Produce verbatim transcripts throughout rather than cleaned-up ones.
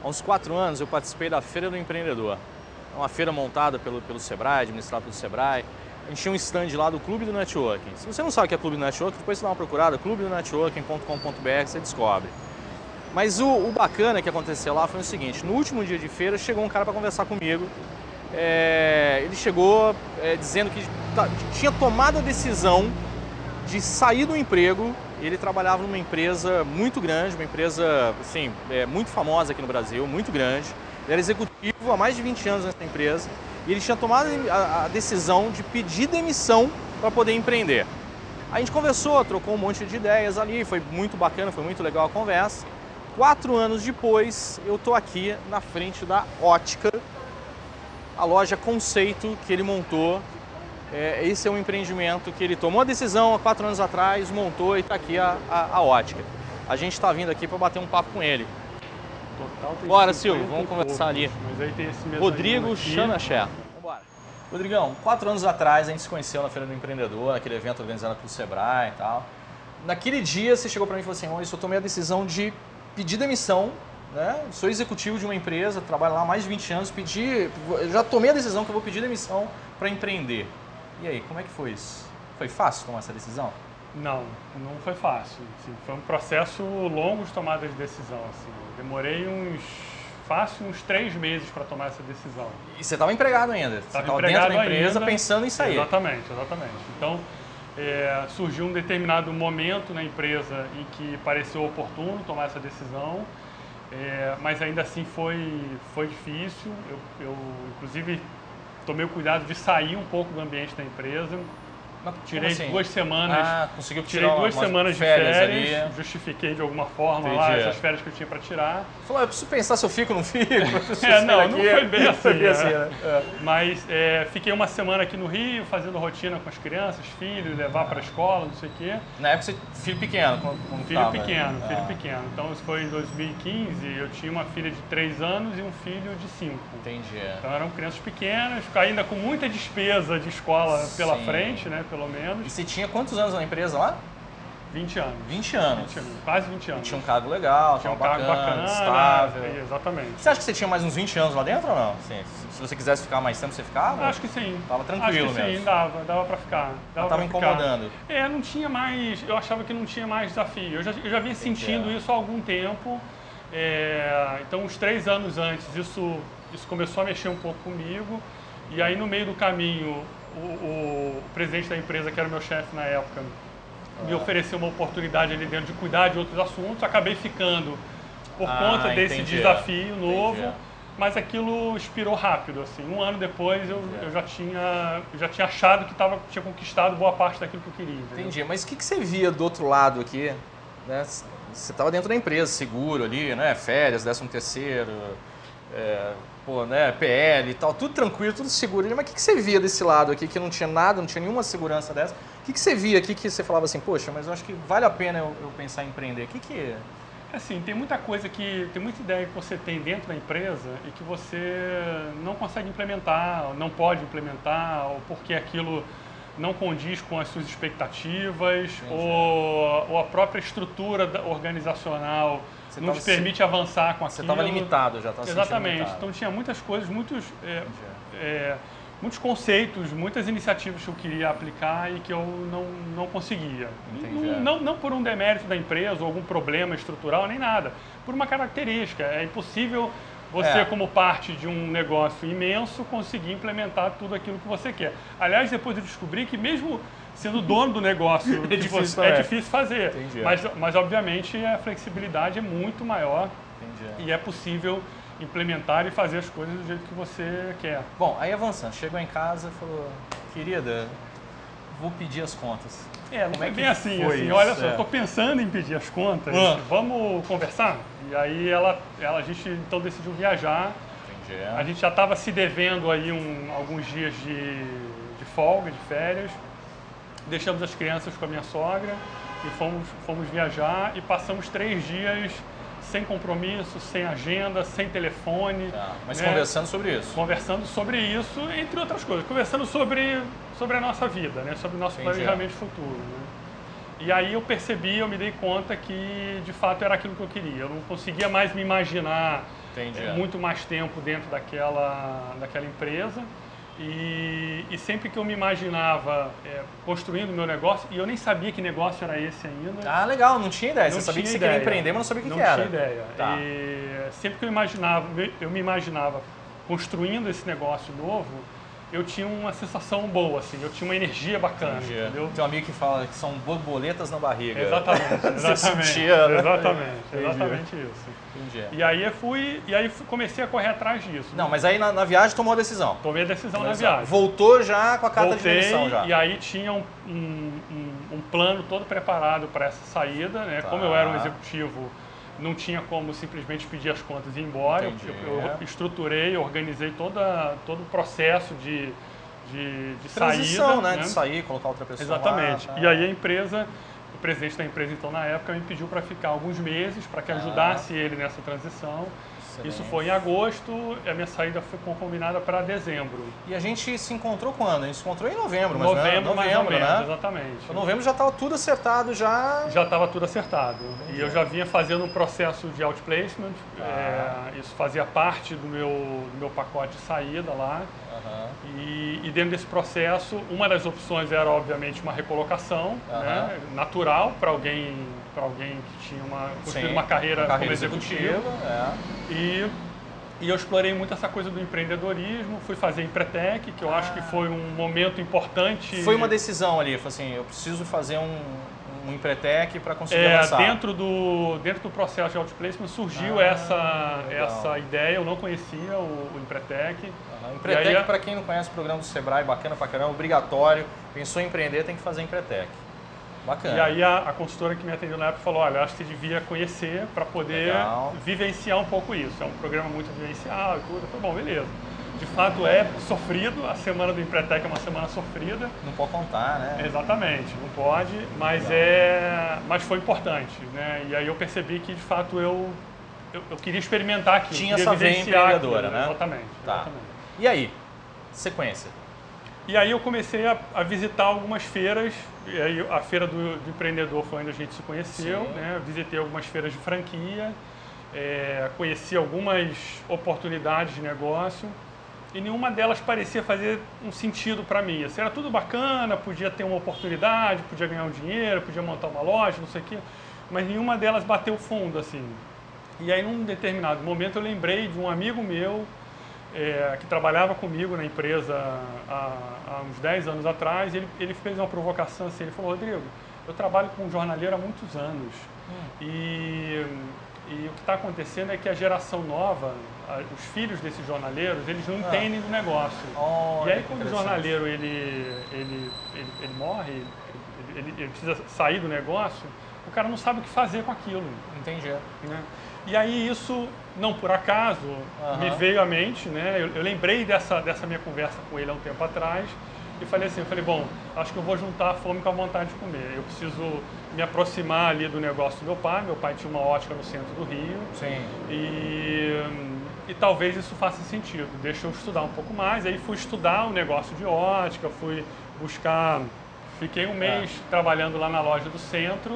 Há uns quatro anos eu participei da Feira do Empreendedor. É uma feira montada pelo, pelo Sebrae, administrada pelo Sebrae. A gente tinha um stand lá do Clube do Networking. Se você não sabe o que é Clube do Networking, depois você dá uma procurada, clube do networking ponto com ponto br, você descobre. Mas o, o bacana que aconteceu lá foi o seguinte, no último dia de feira chegou um cara para conversar comigo. É, ele chegou é, dizendo que tinha tomado a decisão de sair do emprego. Ele trabalhava numa empresa muito grande, uma empresa assim, é, muito famosa aqui no Brasil, muito grande. Ele era executivo há mais de vinte anos nessa empresa e ele tinha tomado a, a decisão de pedir demissão para poder empreender. A gente conversou, trocou um monte de ideias ali, foi muito bacana, foi muito legal a conversa. Quatro anos depois, eu estou aqui na frente da Ótica, a loja Conceito que ele montou. É, esse é um empreendimento que ele tomou a decisão há quatro anos atrás, montou e está aqui a, a, a Ótica. A gente está vindo aqui para bater um papo com ele. Total tem Bora, Silvio, vamos conversar ali. Mas aí tem esse mesmo Rodrigo Chanaché. Vambora. Rodrigão, quatro anos atrás a gente se conheceu na Feira do Empreendedor, naquele evento organizado pelo Sebrae e tal. Naquele dia você chegou para mim e falou assim, olha, eu tomei a decisão de pedir demissão, né? Sou executivo de uma empresa, trabalho lá há mais de vinte anos, pedi, já tomei a decisão que eu vou pedir demissão para empreender. E aí, como é que foi isso? Foi fácil tomar essa decisão? Não, não foi fácil. Assim, foi um processo longo de tomada de decisão. Assim. Demorei uns, fácil, uns três meses para tomar essa decisão. E você estava empregado ainda? Você estava dentro da empresa ainda, pensando em sair? Exatamente, exatamente. Então, é, surgiu um determinado momento na empresa em que pareceu oportuno tomar essa decisão, é, mas ainda assim foi, foi difícil. Eu, eu, inclusive, tomei o cuidado de sair um pouco do ambiente da empresa. Mas, tirei assim? duas semanas, ah, conseguiu tirei tirar duas uma, semanas de férias, férias, ali. Justifiquei de alguma forma Entendi. lá essas férias que eu tinha para tirar. Falou, eu preciso pensar se eu fico ou não fico. É, não, não foi bem assim. Foi bem assim, né? né? É. Mas é, fiquei uma semana aqui no Rio, fazendo rotina com as crianças, filhos, levar para a escola, não sei o quê. Na época você filho pequeno? Como filho tava, pequeno, né? filho ah. pequeno. Então isso foi em dois mil e quinze, eu tinha uma filha de três anos e um filho de cinco. Entendi. Então eram crianças pequenas, ainda com muita despesa de escola pela Sim. frente, né, pelo menos. E você tinha quantos anos na empresa lá? vinte anos. vinte anos. vinte anos, quase vinte anos. E tinha um cargo legal, tinha um bacana, cargo bacana, estável. Exatamente. Você acha que você tinha mais uns vinte anos lá dentro ou não? Sim. Se você quisesse ficar mais tempo, você ficava? Acho que sim. Tava tranquilo Acho que mesmo. sim, dava, dava pra ficar. Dava Tava pra incomodando. Ficar. É, não tinha mais, eu achava que não tinha mais desafio. Eu já, eu já vinha sentindo Entendi. isso há algum tempo. É, então, uns três anos antes, isso, isso começou a mexer um pouco comigo. E aí, no meio do caminho, o, o presidente da empresa, que era o meu chefe na época, me ofereceu uma oportunidade ali dentro de cuidar de outros assuntos. Acabei ficando por ah, conta desse entendi. desafio novo, entendi. mas aquilo expirou rápido. Assim. Um ano depois eu, eu já, tinha, já tinha achado que tava, tinha conquistado boa parte daquilo que eu queria. Entendeu? Entendi, mas o que, que você via do outro lado aqui? Né? Você estava dentro da empresa, seguro ali, né? Férias, décimo terceiro, é, pô, né? P L e tal, tudo tranquilo, tudo seguro. Mas o que, que você via desse lado aqui que não tinha nada, não tinha nenhuma segurança dessa? O que, que você via aqui que você falava assim, poxa, mas eu acho que vale a pena eu, eu pensar em empreender? O que que... Assim, tem muita coisa que, tem muita ideia que você tem dentro da empresa e que você não consegue implementar, ou não pode implementar, ou porque aquilo não condiz com as suas expectativas, ou, ou a própria estrutura organizacional você não te permite se... avançar com aquilo. Você estava limitado já, estava Exatamente. Então tinha muitas coisas, muitos... É, é, muitos conceitos, muitas iniciativas que eu queria aplicar e que eu não, não conseguia. Não, não, não por um demérito da empresa ou algum problema estrutural, nem nada. Por uma característica. É impossível você, é. como parte de um negócio imenso, conseguir implementar tudo aquilo que você quer. Aliás, depois eu descobri que mesmo sendo dono do negócio, é, difícil, você, é difícil fazer. Mas, mas, obviamente, a flexibilidade é muito maior. Entendi. E é possível implementar e fazer as coisas do jeito que você quer. Bom, aí avançando, chegou em casa e falou, querida, vou pedir as contas. É, não Como é bem assim, foi assim, isso? olha só, É. eu tô pensando em pedir as contas, ah. vamos conversar? E aí ela, ela, a gente então decidiu viajar. Entendi. A gente já estava se devendo aí um, alguns dias de, de folga, de férias. Deixamos as crianças com a minha sogra e fomos, fomos viajar e passamos três dias sem compromisso, sem agenda, sem telefone. Tá, mas né? conversando sobre isso. Conversando sobre isso, entre outras coisas. Conversando sobre, sobre a nossa vida, né? Sobre o nosso Entendi. planejamento futuro. Né? E aí eu percebi, eu me dei conta que de fato era aquilo que eu queria. Eu não conseguia mais me imaginar Entendi. é, muito mais tempo dentro daquela, daquela empresa. E, e sempre que eu me imaginava é, construindo o meu negócio, e eu nem sabia que negócio era esse ainda. Ah, legal, não tinha ideia. Não Você sabia que você ideia. queria empreender, mas não sabia o que, não que era. Não tinha ideia. Tá. E sempre que eu imaginava, eu me imaginava construindo esse negócio novo, eu tinha uma sensação boa, assim, eu tinha uma energia bacana, Entendi. entendeu? Tem um amigo que fala que são borboletas na barriga. Exatamente, Você exatamente. sentia, né? Exatamente, Entendi. exatamente isso. Entendi. E aí eu fui, e aí comecei a correr atrás disso. Não, mas aí na, na viagem tomou a decisão. Tomei a decisão Tomou na a decisão. viagem. Voltou já com a carta Voltei, de demissão já. E aí tinha um, um, um, um plano todo preparado para essa saída, né? Tá. Como eu era um executivo, não tinha como simplesmente pedir as contas e ir embora. Eu, eu, eu estruturei, organizei toda, todo o processo de, de, de Transição, saída. né? né? De sair, colocar outra pessoa Exatamente. lá, tá. E aí a empresa, o presidente da empresa, então, na época, me pediu para ficar alguns meses, para que ajudasse ah. ele nessa transição. Excelente. Isso foi em agosto, e a minha saída foi combinada para dezembro. E a gente se encontrou quando? A gente se encontrou em novembro, mas novembro, né? novembro, mais ou menos, né? exatamente. Em novembro já estava tudo acertado, já... Já estava tudo acertado. Entendi. E eu já vinha fazendo um processo de outplacement, ah. é, isso fazia parte do meu, do meu pacote de saída lá. Uhum. E, e dentro desse processo, uma das opções era, obviamente, uma recolocação, uhum. né, natural para alguém, para alguém que tinha uma, construído uma carreira, uma carreira como executivo. É. E, e eu explorei muito essa coisa do empreendedorismo, fui fazer Empretec, que eu ah. acho que foi um momento importante. Foi uma decisão ali, foi assim, eu preciso fazer um, um Empretec para conseguir é, avançar. Dentro do, dentro do processo de outplacement surgiu ah, essa, essa ideia, eu não conhecia o, o Empretec. Uhum. Empretec, para quem não conhece o programa do Sebrae, bacana pra caramba, obrigatório, pensou em empreender, tem que fazer Empretec. Bacana. E aí a, a consultora que me atendeu na época falou, olha, acho que você devia conhecer para poder Legal. vivenciar um pouco isso. É um programa muito vivencial e tudo. Eu falei, bom, beleza. De fato é sofrido, a semana do Empretec é uma semana sofrida. Não pode contar, né? Exatamente, não pode, mas, é, mas foi importante, né? E aí eu percebi que, de fato, eu, eu, eu queria experimentar aquilo. Tinha essa veia empreendedora, né? Exatamente, tá. exatamente. E aí? Sequência? E aí eu comecei a, a visitar algumas feiras, e aí a feira do, do empreendedor foi onde a gente se conheceu, né? Visitei algumas feiras de franquia, é, conheci algumas oportunidades de negócio e nenhuma delas parecia fazer um sentido para mim. Assim, era tudo bacana, podia ter uma oportunidade, podia ganhar um dinheiro, podia montar uma loja, não sei o quê, mas nenhuma delas bateu fundo, assim. E aí num determinado momento eu lembrei de um amigo meu, É, que trabalhava comigo na empresa há, há uns dez anos atrás, e ele, ele fez uma provocação assim, ele falou, Rodrigo, eu trabalho com um jornaleiro há muitos anos, hum. e, e o que está acontecendo é que a geração nova, a, os filhos desses jornaleiros, eles não ah. entendem do negócio. Oh, e aí quando o jornaleiro ele, ele, ele, ele morre, ele, ele, ele precisa sair do negócio, o cara não sabe o que fazer com aquilo. Entendi. Né? E aí isso, não por acaso, uhum. me veio à mente, né? Eu, eu lembrei dessa, dessa minha conversa com ele há um tempo atrás e falei assim, eu falei, bom, acho que eu vou juntar a fome com a vontade de comer. Eu preciso me aproximar ali do negócio do meu pai. Meu pai tinha uma ótica no centro do Rio. Sim. E, e talvez isso faça sentido. Deixa eu estudar um pouco mais. Aí fui estudar o negócio de ótica, fui buscar... Fiquei um mês é. trabalhando lá na loja do centro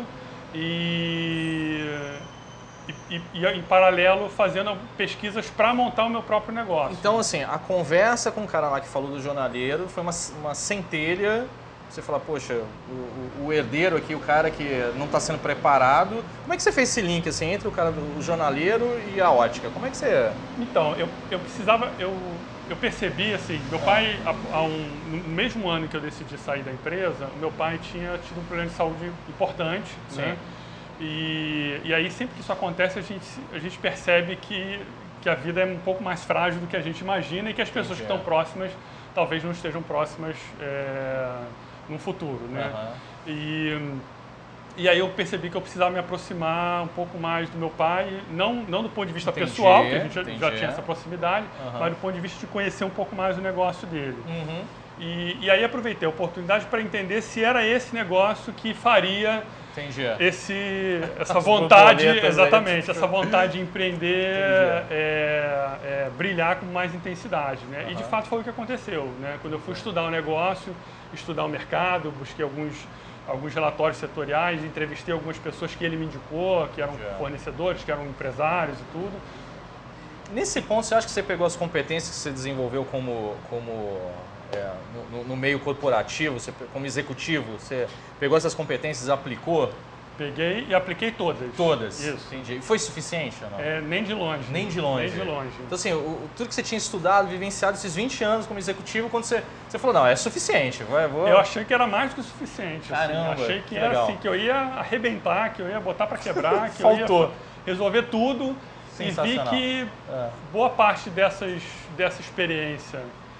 e... E, e, e, em paralelo, fazendo pesquisas para montar o meu próprio negócio. Então, assim, a conversa com o cara lá que falou do jornaleiro foi uma, uma centelha. Você fala, poxa, o, o, o herdeiro aqui, o cara que não está sendo preparado. Como é que você fez esse link assim, entre o cara do o jornaleiro e a ótica? Como é que você... Então, eu, eu precisava... Eu, eu percebi, assim, meu pai, há um, no mesmo ano que eu decidi sair da empresa, meu pai tinha tido um problema de saúde importante, Sim. né? E, e aí, sempre que isso acontece, a gente, a gente percebe que, que a vida é um pouco mais frágil do que a gente imagina e que as pessoas que estão próximas talvez não estejam próximas é, no futuro, né? Uhum. E, e aí eu percebi que eu precisava me aproximar um pouco mais do meu pai, não, não do ponto de vista entendi, pessoal, que a gente já, já tinha essa proximidade, uhum. mas do ponto de vista de conhecer um pouco mais o negócio dele. Uhum. E, e aí aproveitei a oportunidade para entender se era esse negócio que faria... Esse, essa vontade, exatamente, essa vontade de empreender, é, é, brilhar com mais intensidade, né? Uhum. E de fato foi o que aconteceu, né? Quando eu fui estudar o negócio, estudar o mercado, busquei alguns, alguns relatórios setoriais, entrevistei algumas pessoas que ele me indicou, que eram yeah. fornecedores, que eram empresários e tudo. Nesse ponto, você acha que você pegou as competências que você desenvolveu como, como é, no, no meio corporativo, você, como executivo, você pegou essas competências e aplicou? Peguei e apliquei todas. Todas? Isso. Entendi. E foi suficiente ou não? É, nem de longe. Nem de longe? Nem de longe. Então, assim, o, tudo que você tinha estudado, vivenciado esses vinte anos como executivo, quando você, você falou, não, é suficiente. Vai, vou... Eu achei que era mais do que o suficiente. Caramba, assim. Achei que, que era legal. assim, que eu ia arrebentar, que eu ia botar para quebrar, que Faltou. eu ia resolver tudo. E vi que é. boa parte dessas, dessa experiência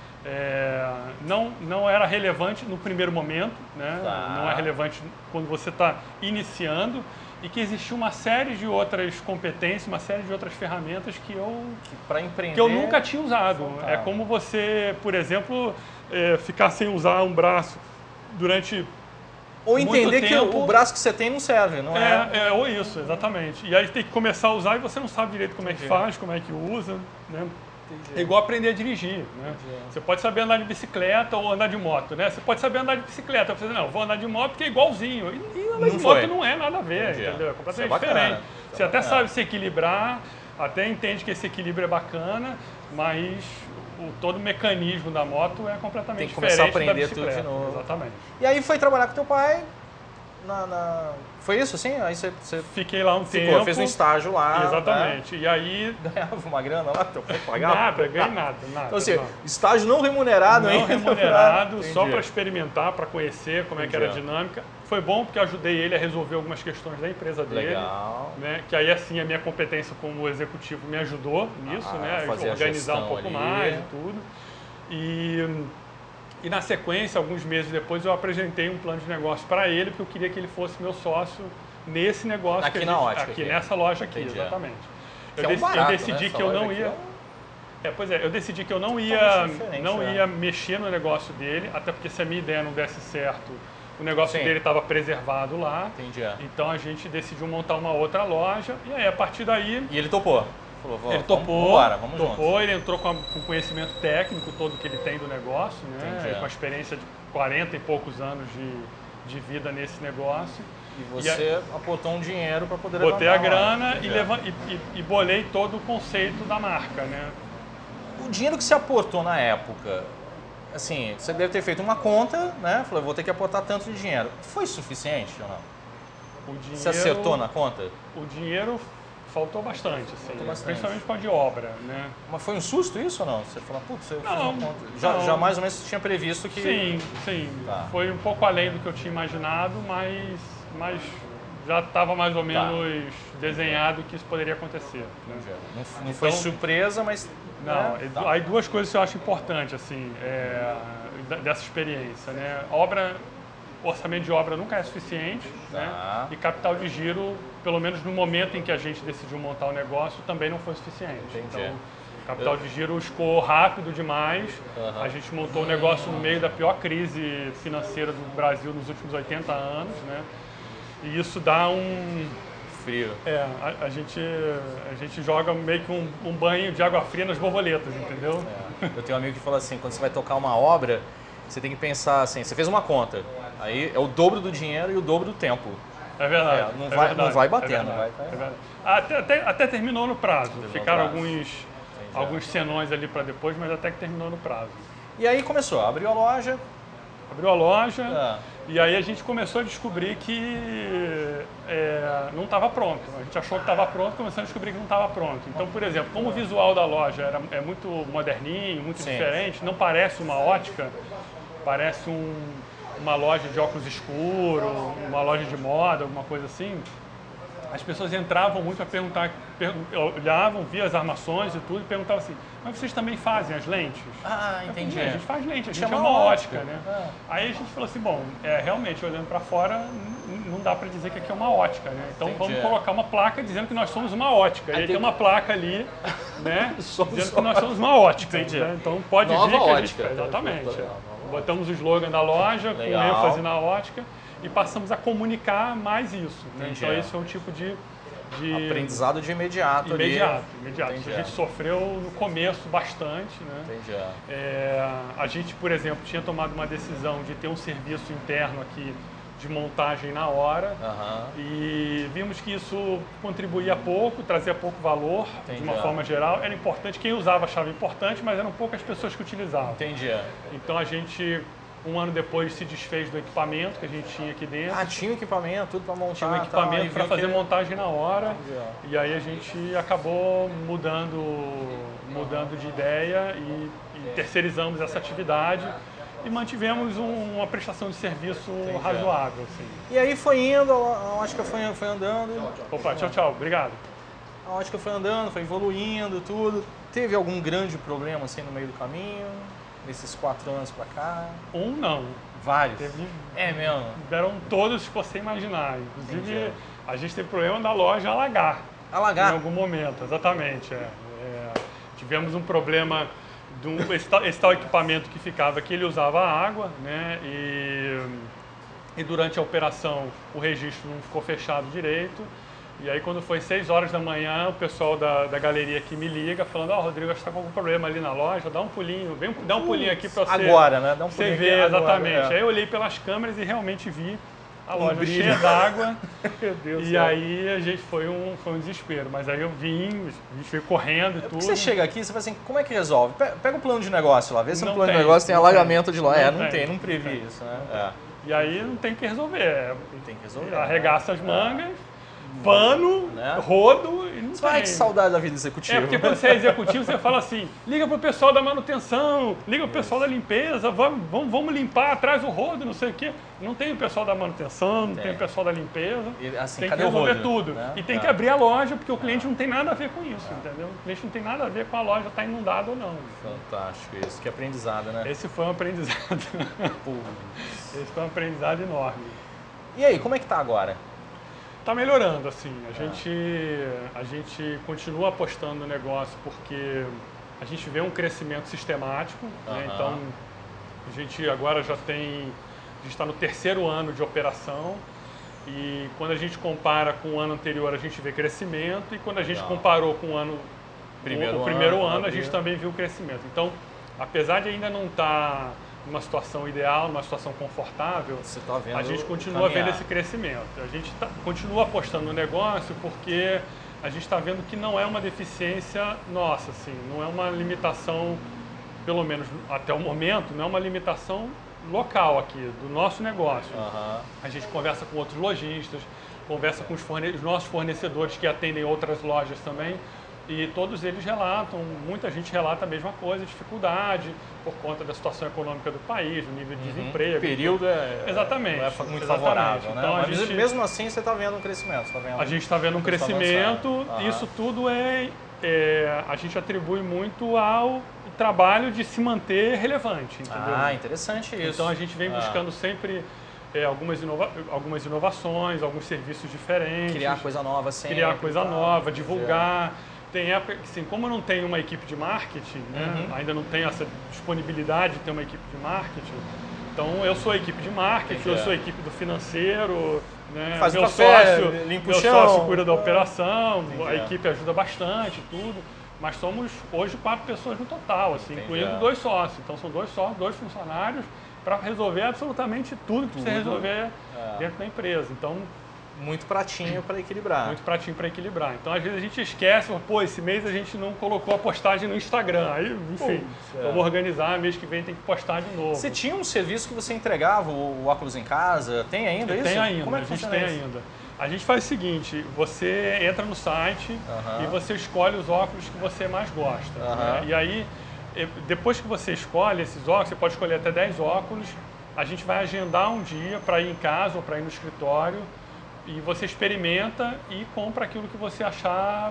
é, não, não era relevante no primeiro momento, né? Tá. Não é relevante quando você está iniciando, e que existia uma série de outras competências, uma série de outras ferramentas que eu, que, empreender, que eu nunca tinha usado. faltava. É como você, por exemplo, é, ficar sem usar um braço durante ou entender muito que tempo, o braço que você tem não serve, não é? É, é ou isso, exatamente. E aí tem que começar a usar e você não sabe direito como Entendi. é que faz, como é que usa, né? É igual aprender a dirigir, né? Você pode saber andar de bicicleta ou andar de moto, né? Você pode saber andar de bicicleta, você diz, não, vou andar de moto porque é igualzinho. E, e andar de foi. moto não é nada a ver, Entendi. entendeu? É completamente é diferente. Você é até bacana. sabe se equilibrar, até entende que esse equilíbrio é bacana, mas o, todo o mecanismo da moto é completamente Tem que começar a diferente aprender da tudo bicicleta. de novo. Exatamente. E aí foi trabalhar com teu pai na... na... Foi isso, assim? Aí você, você Fiquei lá um ficou, tempo. fez um estágio lá. Exatamente. Né? E aí... Ganhava uma grana lá, teu pai pagava? Nada, ganhei nada, nada. Então, assim, não. estágio não remunerado não ainda. remunerado, pra... só para experimentar, para conhecer como Entendi. é que era a dinâmica. Foi bom porque eu ajudei ele a resolver algumas questões da empresa dele. Legal. Né? Que aí, assim, a minha competência como executivo me ajudou nisso, ah, né? Fazer Organizar um pouco ali. mais e tudo. E... E na sequência, alguns meses depois, eu apresentei um plano de negócio para ele, porque eu queria que ele fosse meu sócio nesse negócio. Aqui que a na gente, ótica. Aqui, aqui. nessa loja aqui, Entendi. exatamente. Que Eu, é um dec barato, eu decidi né? que eu não ia... É, pois é, eu decidi que eu não ia, não né? ia mexer no negócio dele, até porque se a minha ideia não desse certo, o negócio Sim. dele estava preservado lá. Entendi. Então a gente decidiu montar uma outra loja, e aí a partir daí... E ele topou? Falou, ele topou, vamos embora, vamos topou juntos. ele entrou com, a, com o conhecimento técnico todo que ele tem do negócio, né? Entendi. Com a experiência de quarenta e poucos anos de, de vida nesse negócio. E você e a, aportou um dinheiro para poder botei levantar a grana lá. e, leva, e, e, e bolei todo o conceito da marca, né? O dinheiro que você aportou na época, assim, você deve ter feito uma conta, né? Falou, vou ter que aportar tanto de dinheiro. Foi suficiente ou não? O dinheiro, você acertou na conta? O dinheiro faltou bastante, assim, faltou bastante. Principalmente com a de obra, né? Mas foi um susto isso ou não? Você falou, putz, eu não, fiz uma conta. Já, não. já mais ou menos você tinha previsto que... Sim, sim. Tá. Foi um pouco além do que eu tinha imaginado, mas, mas já estava mais ou menos tá. desenhado que isso poderia acontecer. Né? Não, não foi então, surpresa, mas... Não, é, tá. Aí duas coisas que eu acho importantes, assim, é, dessa experiência, né? Obra... Orçamento de obra nunca é suficiente, tá. né? E capital de giro, pelo menos no momento em que a gente decidiu montar o negócio, também não foi suficiente. Entendi. Então, capital Eu... de giro escoou rápido demais. Uhum. A gente montou o negócio no meio da pior crise financeira do Brasil nos últimos oitenta anos, né? E isso dá um... Frio. É, a, a, gente, a gente joga meio que um, um banho de água fria nas borboletas, entendeu? É. Eu tenho um amigo que fala assim, quando você vai tocar uma obra, você tem que pensar assim, você fez uma conta, aí é o dobro do dinheiro e o dobro do tempo. É verdade. É, não, é vai, verdade, não vai bater, é não vai. É verdade. Até, até, até terminou no prazo. Terminou Ficaram no prazo. alguns, alguns senões ali para depois, mas até que terminou no prazo. E aí começou, abriu a loja. Abriu a loja é. e aí a gente começou a descobrir que é, não estava pronto. A gente achou que estava pronto, começamos a descobrir que não estava pronto. Então, por exemplo, como o visual da loja era, é muito moderninho, muito Sim. diferente, não parece uma ótica, parece um, uma loja de óculos escuros, uma loja de moda, alguma coisa assim. As pessoas entravam muito para perguntar, olhavam, via as armações e tudo e perguntavam assim, mas vocês também fazem as lentes? Ah, entendi. Falei, a gente faz lente, a gente Chama é uma ótica, ótica né? ah. Aí a gente falou assim, bom, é, realmente, olhando para fora, não dá para dizer que aqui é uma ótica, né? Então entendi. vamos colocar uma placa dizendo que nós somos uma ótica. E aí tem uma placa ali, né, dizendo que nós somos uma ótica. Né? Então pode Nova vir que a ótica. gente... Exatamente. Botamos o slogan da loja, Legal. com ênfase na ótica, e passamos a comunicar mais isso. Né? Então esse é um tipo de... De aprendizado de imediato. Imediato, ali. imediato. Entendi. A gente sofreu no começo bastante, né? Entendi. É, a gente, por exemplo, tinha tomado uma decisão de ter um serviço interno aqui de montagem na hora. Uhum. E vimos que isso contribuía pouco, trazia pouco valor, Entendi. de uma forma geral. Era importante, quem usava achava importante, mas eram poucas pessoas que utilizavam. Entendi. Então a gente, um ano depois, se desfez do equipamento que a gente tinha aqui dentro. Ah, tinha o equipamento, tudo para montar. Tinha um equipamento para fazer que... montagem na hora. Entendi. E aí a gente acabou mudando, mudando de ideia e, e terceirizamos essa atividade. E mantivemos um, uma prestação de serviço Entendi. razoável. Assim. E aí foi indo, a ótica foi, foi andando. Opa, tchau, tchau, obrigado. A ótica foi andando, foi evoluindo, tudo. Teve algum grande problema assim no meio do caminho, nesses quatro anos pra cá? Um não. Vários? Teve, é mesmo? Deram todos que você imaginar. Inclusive, Entendi. a gente teve problema da loja alagar. Alagar? Em algum momento, exatamente. É. É, tivemos um problema... De um, esse, tal, esse tal equipamento que ficava aqui, ele usava água, né? E, e durante a operação o registro não ficou fechado direito. E aí quando foi seis horas da manhã, o pessoal da, da galeria aqui me liga falando: ó, oh, Rodrigo, acho que está com algum problema ali na loja, dá um pulinho, vem dá um pulinho aqui para você. Agora, né? Dá um pulinho você ver, exatamente. Agora, é. Aí eu olhei pelas câmeras e realmente vi a um loja brilho. cheia d'água. Meu Deus E céu. aí a gente foi um, foi um desespero. Mas aí eu vim, a gente veio correndo e tudo. Você chega aqui e você fala assim, como é que resolve? Pega o plano de negócio lá, vê se no plano tem, de negócio tem alagamento de loja. É, não tem, tem, não não previ tem, isso, né? não É. E aí não tem o que resolver. É, tem que resolver. Arregaça né? as mangas, pano, né? rodo e não Você vai, que saudade da vida executiva. É, porque quando você é executivo, você fala assim, liga pro pessoal da manutenção, liga pro pessoal da limpeza, vamos, vamos, vamos limpar atrás do rodo, não sei o quê. Não tem o pessoal da manutenção, não tem, tem o pessoal da limpeza. E, assim, tem que cadê resolver o rodo, tudo. Né? E tem é. que abrir a loja, porque o cliente é. não tem nada a ver com isso, é. entendeu? O cliente não tem nada a ver com a loja estar tá inundada ou não. Fantástico isso, que aprendizado, né? Esse foi um aprendizado. Esse foi um aprendizado enorme. E aí, como é que tá agora? Está melhorando, assim. A, é. gente, a gente continua apostando no negócio porque a gente vê um crescimento sistemático. Uh-huh. Né? Então, a gente agora já tem... A gente está no terceiro ano de operação e quando a gente compara com o ano anterior, a gente vê crescimento e quando a gente Não. comparou com o ano... Primeiro o, o primeiro ano, ano, a gente também viu crescimento. Então, apesar de ainda não estar... Tá numa situação ideal, numa situação confortável, Você tá vendo a gente continua caminhar. vendo esse crescimento. A gente tá, continua apostando no negócio porque a gente está vendo que não é uma deficiência nossa, assim, não é uma limitação, pelo menos até o momento, não é uma limitação local aqui, do nosso negócio. Uhum. A gente conversa com outros lojistas, conversa com os, forne- os nossos fornecedores que atendem outras lojas também, e todos eles relatam, muita gente relata a mesma coisa, dificuldade por conta da situação econômica do país, do nível de uhum. desemprego. O período é, exatamente, não é muito exatamente. favorável, né? Então, Mas a gente, mesmo assim você está vendo um crescimento. Tá vendo a gente está vendo um crescimento, uhum. isso tudo é, é, a gente atribui muito ao trabalho de se manter relevante. Entendeu? Ah, interessante isso. Então a gente vem buscando ah. sempre... É, algumas, inova algumas inovações, alguns serviços diferentes. Criar coisa nova sempre. Criar coisa tá, nova, divulgar. Tem época que, assim, como eu não tenho uma equipe de marketing, né, uhum. ainda não tenho essa disponibilidade de ter uma equipe de marketing, então eu sou a equipe de marketing, Entendi. eu sou a equipe do financeiro, né, Faz meu café, sócio, limpa o meu chão. sócio cuida da operação, Entendi. a equipe ajuda bastante, tudo. Mas somos hoje quatro pessoas no total, assim, Entendi. incluindo dois sócios. Então são dois sócios, dois funcionários, para resolver absolutamente tudo que tudo. precisa resolver é. dentro da empresa. Então, muito pratinho para equilibrar. Muito pratinho para equilibrar. Então, às vezes a gente esquece, pô, esse mês a gente não colocou a postagem no Instagram. Aí, enfim, Pô, é. vamos organizar, mês que vem tem que postar de novo. Você tinha um serviço que você entregava, o óculos em casa? Tem ainda isso? Tem ainda, Como é que a gente funciona tem isso? ainda. A gente faz o seguinte, você entra no site uh-huh. e você escolhe os óculos que você mais gosta. Uh-huh. Né? E aí, depois que você escolhe esses óculos, você pode escolher até dez óculos, a gente vai agendar um dia para ir em casa ou para ir no escritório e você experimenta e compra aquilo que você achar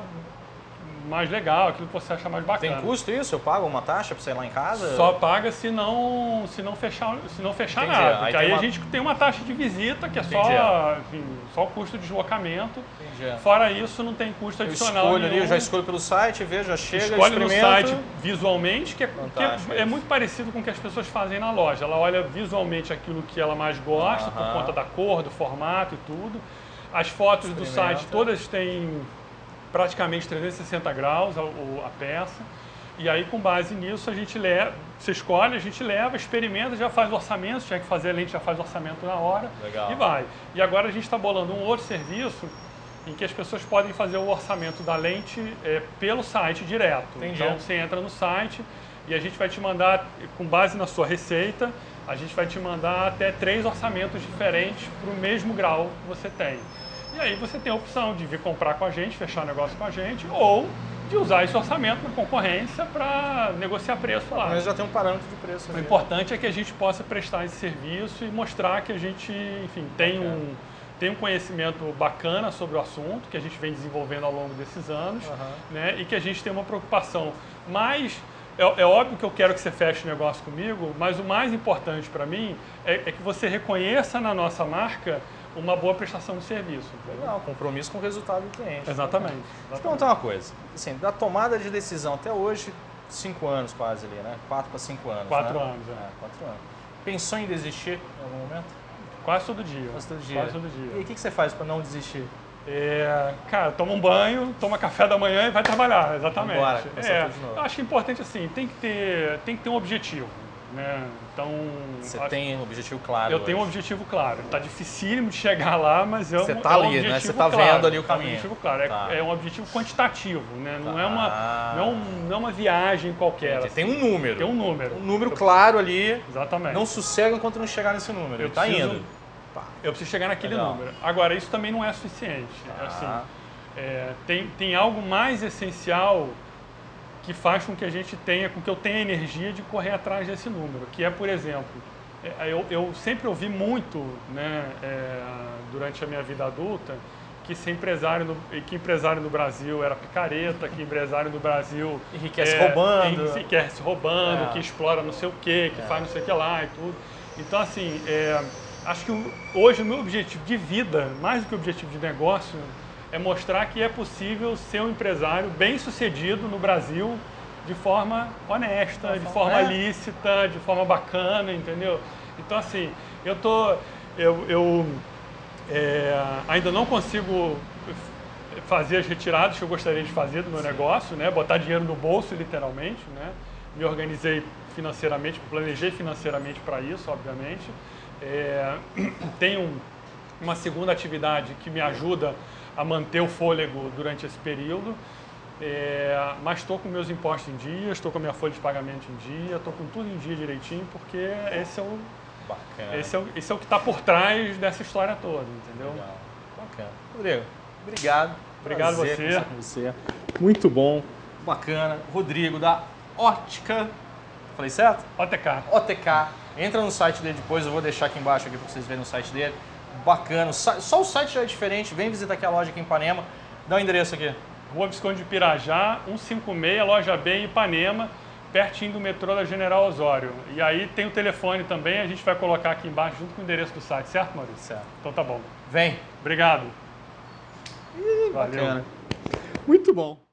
mais legal, aquilo que você achar mais bacana. Tem custo isso? Eu pago uma taxa para você ir lá em casa? Só paga se não, se não fechar, se não fechar nada. Porque aí, aí uma... a gente tem uma taxa de visita que é só, enfim, só o custo de deslocamento. Entendi. Fora isso, não tem custo adicional. Eu escolho nenhum. ali, eu já escolho pelo site, vejo, já chega, Escolhe experimento. no site visualmente, que, é, que é, é muito parecido com o que as pessoas fazem na loja. Ela olha visualmente aquilo que ela mais gosta, uh-huh. por conta da cor, do formato e tudo. As fotos do site todas têm praticamente trezentos e sessenta graus a, a peça. E aí, com base nisso, a gente leva, você escolhe, a gente leva, experimenta, já faz o orçamento, se tiver que fazer a lente, já faz o orçamento na hora. Legal. E vai. E agora a gente está bolando um outro serviço em que as pessoas podem fazer o orçamento da lente é, pelo site direto. Entendi. Então, você entra no site e a gente vai te mandar, com base na sua receita, a gente vai te mandar até três orçamentos diferentes para o mesmo grau que você tem. E aí você tem a opção de vir comprar com a gente, fechar negócio com a gente, ou de usar esse orçamento na concorrência para negociar preço lá. Mas já tem um parâmetro de preço. O importante é que a gente possa prestar esse serviço e mostrar que a gente, enfim, tem um, tem um conhecimento bacana sobre o assunto, que a gente vem desenvolvendo ao longo desses anos, uhum. né, e que a gente tem uma preocupação. Mas é, é óbvio que eu quero que você feche o negócio comigo, mas o mais importante para mim é, é que você reconheça na nossa marca uma boa prestação de serviço. Legal, compromisso com o resultado do cliente. Exatamente. Deixa eu perguntar uma coisa. Assim, da tomada de decisão até hoje, cinco anos quase ali, né? Quatro para cinco anos. Quatro né? anos, é. é. Quatro anos. Pensou em desistir em algum momento? Quase todo dia. Quase todo dia. Quase todo dia. E o que, que você faz para não desistir? É, cara, toma um banho, toma café da manhã e vai trabalhar, exatamente. Vambora, é, tudo de novo. Eu acho que é importante assim, tem que ter, tem que ter um objetivo. Né? Então, você acho, tem um objetivo claro. Eu hoje. tenu um objetivo claro. Está dificílimo de chegar lá, mas é um, você tá é um ali, objetivo né? Você está claro. vendo ali o caminho. É um objetivo claro. Tá. É, é um objetivo quantitativo, né? Não, tá. é uma, não, é um, não é uma viagem qualquer. Assim. Tem um número. Tem um número. Um número claro ali. Exatamente. Não sossega enquanto não chegar nesse número. Eu Ele está indo. Tá. Eu preciso chegar naquele Legal. número. Agora, isso também não é suficiente. Tá. Assim, é, tem, tem algo mais essencial que faz com que a gente tenha, com que eu tenha energia de correr atrás desse número, que é, por exemplo, eu, eu sempre ouvi muito, né, é, durante a minha vida adulta, que ser empresário no, que empresário no Brasil era picareta, que empresário no Brasil enriquece é, roubando, enriquece roubando, é. que explora não sei o quê, que é. faz não sei o que lá e tudo. Então, assim, é, acho que hoje o meu objetivo de vida, mais do que o objetivo de negócio, é mostrar que é possível ser um empresário bem-sucedido no Brasil de forma honesta, de forma é. lícita, de forma bacana, entendeu? Então, assim, eu tô, eu, eu é, ainda não consigo fazer as retiradas que eu gostaria de fazer do meu Sim. negócio, né? Botar dinheiro no bolso, literalmente, né? Me organizei financeiramente, planejei financeiramente para isso, obviamente. É, tenho uma segunda atividade que me ajuda a manter o fôlego durante esse período, é, mas estou com meus impostos em dia, estou com a minha folha de pagamento em dia, estou com tudo em dia direitinho, porque esse é o, Bacana. Esse é o, esse é o que está por trás dessa história toda, entendeu? Legal. Bacana. Rodrigo, obrigado. Obrigado Prazer você. com você. Muito bom. Bacana. Rodrigo, da Ótica, falei certo? O T K. O T K. Entra no site dele depois, eu vou deixar aqui embaixo aqui para vocês verem no site dele. Bacana. Só o site já é diferente. Vem visitar aqui a loja aqui em Ipanema. Dá o endereço aqui. Rua Visconde de Pirajá, cento e cinquenta e seis, loja B em Ipanema, pertinho do metrô da General Osório. E aí tem o telefone também, a gente vai colocar aqui embaixo junto com o endereço do site, certo, Maurício? Certo. Então tá bom. Vem. Obrigado. Ih, Valeu. Bacana. Muito bom.